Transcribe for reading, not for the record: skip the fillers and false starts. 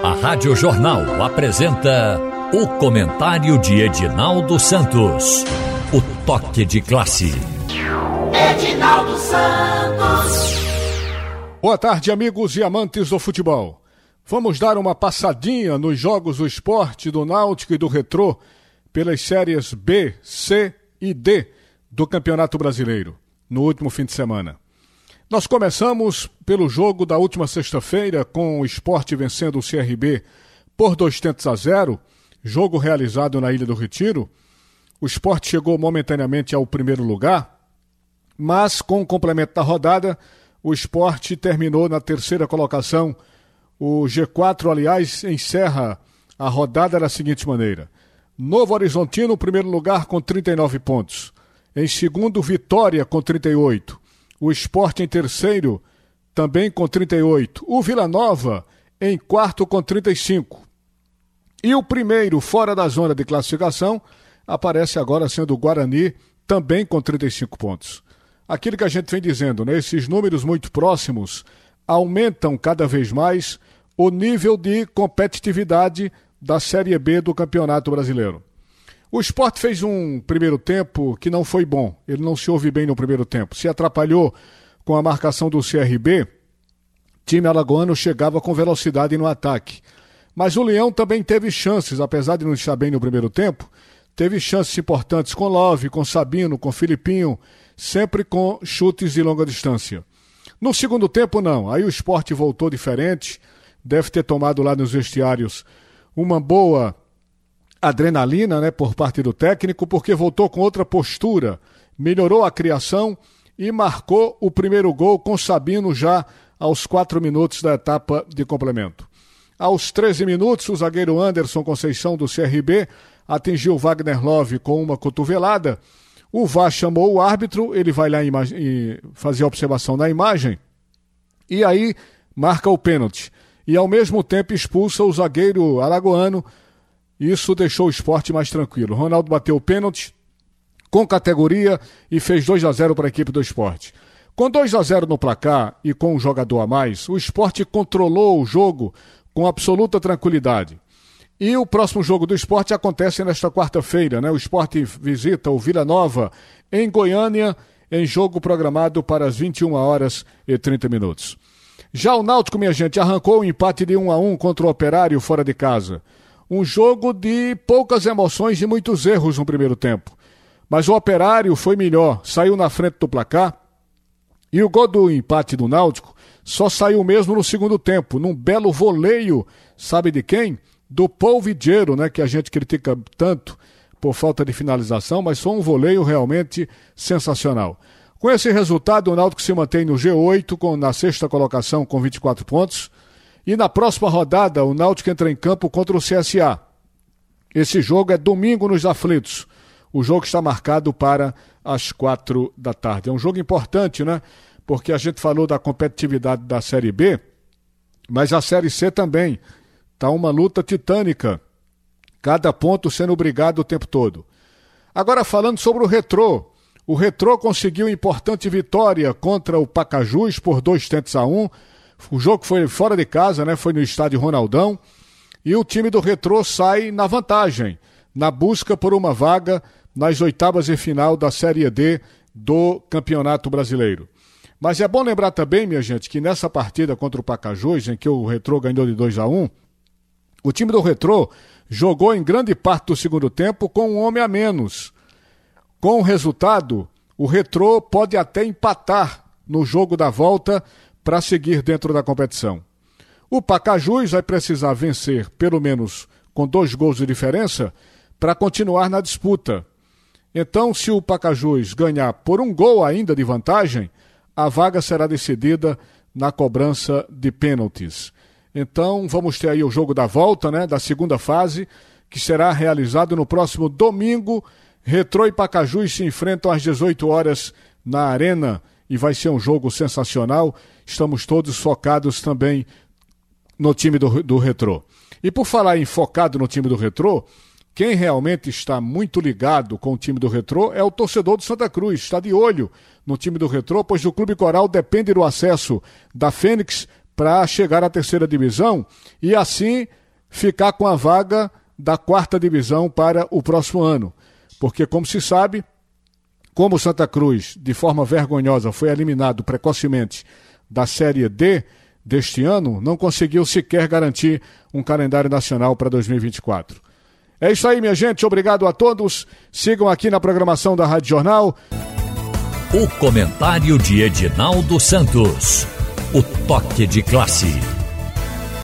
A Rádio Jornal apresenta o comentário de Edinaldo Santos. O toque de classe. Edinaldo Santos. Boa tarde, amigos e amantes do futebol. Vamos dar uma passadinha nos jogos do Sport, do Náutico e do Retrô pelas séries B, C e D do Campeonato Brasileiro, no último fim de semana. Nós começamos pelo jogo da última sexta-feira, com o Sport vencendo o CRB por 2-0, jogo realizado na Ilha do Retiro. O Sport chegou momentaneamente ao primeiro lugar, mas com o complemento da rodada, o Sport terminou na terceira colocação. O G4, aliás, encerra a rodada da seguinte maneira: Novo Horizontino, primeiro lugar, com 39 pontos. Em segundo, Vitória, com 38. O Sport em terceiro, também com 38. O Vila Nova em quarto com 35. E o primeiro, fora da zona de classificação, aparece agora sendo o Guarani, também com 35 pontos. Aquilo que a gente vem dizendo, né? Esses números muito próximos aumentam cada vez mais o nível de competitividade da Série B do Campeonato Brasileiro. O Sport fez um primeiro tempo que não foi bom. Ele não se ouve bem no primeiro tempo. Se atrapalhou com a marcação do CRB. Time alagoano chegava com velocidade no ataque. Mas o Leão também teve chances, apesar de não estar bem no primeiro tempo. Teve chances importantes com Love, com Sabino, com Filipinho, sempre com chutes de longa distância. No segundo tempo, não. Aí o Sport voltou diferente. Deve ter tomado lá nos vestiários uma boa adrenalina, né, por parte do técnico, porque voltou com outra postura, melhorou a criação e marcou o primeiro gol com Sabino já aos 4 minutos da etapa de complemento. Aos 13 minutos, o zagueiro Anderson Conceição do CRB atingiu Wagner Love com uma cotovelada. O VAR chamou o árbitro, ele vai lá e fazer a observação na imagem e aí marca o pênalti. E ao mesmo tempo expulsa o zagueiro alagoano. Isso deixou o Sport mais tranquilo. Ronaldo bateu o pênalti com categoria e fez 2-0 para a equipe do Sport. Com 2-0 no placar e com um jogador a mais, o Sport controlou o jogo com absoluta tranquilidade. E o próximo jogo do Sport acontece nesta quarta-feira, né? O Sport visita o Vila Nova em Goiânia, em jogo programado para as 21h30. Já o Náutico, minha gente, arrancou um empate de 1-1 contra o Operário fora de casa. Um jogo de poucas emoções e muitos erros no primeiro tempo. Mas o Operário foi melhor, saiu na frente do placar. E o gol do empate do Náutico só saiu mesmo no segundo tempo, num belo voleio, sabe de quem? Do Paul Vidiero, né, que a gente critica tanto por falta de finalização, mas foi um voleio realmente sensacional. Com esse resultado, o Náutico se mantém no G8, na sexta colocação com 24 pontos. E na próxima rodada, o Náutico entra em campo contra o CSA. Esse jogo é domingo nos Aflitos. O jogo está marcado para as 4 da tarde. É um jogo importante, né? Porque a gente falou da competitividade da Série B, mas a Série C também. Está uma luta titânica. Cada ponto sendo brigado o tempo todo. Agora falando sobre o Retrô. O Retrô conseguiu importante vitória contra o Pacajus por 2-1. O jogo foi fora de casa, né? Foi no estádio Ronaldão. E o time do Retrô sai na vantagem, na busca por uma vaga nas oitavas de final da Série D do Campeonato Brasileiro. Mas é bom lembrar também, minha gente, que nessa partida contra o Pacajus, em que o Retrô ganhou de 2-1, o time do Retrô jogou em grande parte do segundo tempo com um homem a menos. Com o resultado, o Retrô pode até empatar no jogo da volta para seguir dentro da competição. O Pacajus vai precisar vencer, pelo menos com 2 gols de diferença, para continuar na disputa. Então, se o Pacajus ganhar por 1 gol ainda de vantagem, a vaga será decidida na cobrança de pênaltis. Então, vamos ter aí o jogo da volta, né, da segunda fase, que será realizado no próximo domingo. Retrô e Pacajus se enfrentam às 18 horas na Arena e vai ser um jogo sensacional. Estamos todos focados também no time do Retrô. E por falar em focado no time do Retrô, quem realmente está muito ligado com o time do Retrô é o torcedor do Santa Cruz. Está de olho no time do Retrô, pois o Clube Coral depende do acesso da Fênix para chegar à terceira divisão e assim ficar com a vaga da quarta divisão para o próximo ano. Porque, como se sabe, como o Santa Cruz, de forma vergonhosa, foi eliminado precocemente da Série D deste ano, não conseguiu sequer garantir um calendário nacional para 2024. É isso aí, minha gente. Obrigado a todos. Sigam aqui na programação da Rádio Jornal. O comentário de Edinaldo Santos. O toque de classe.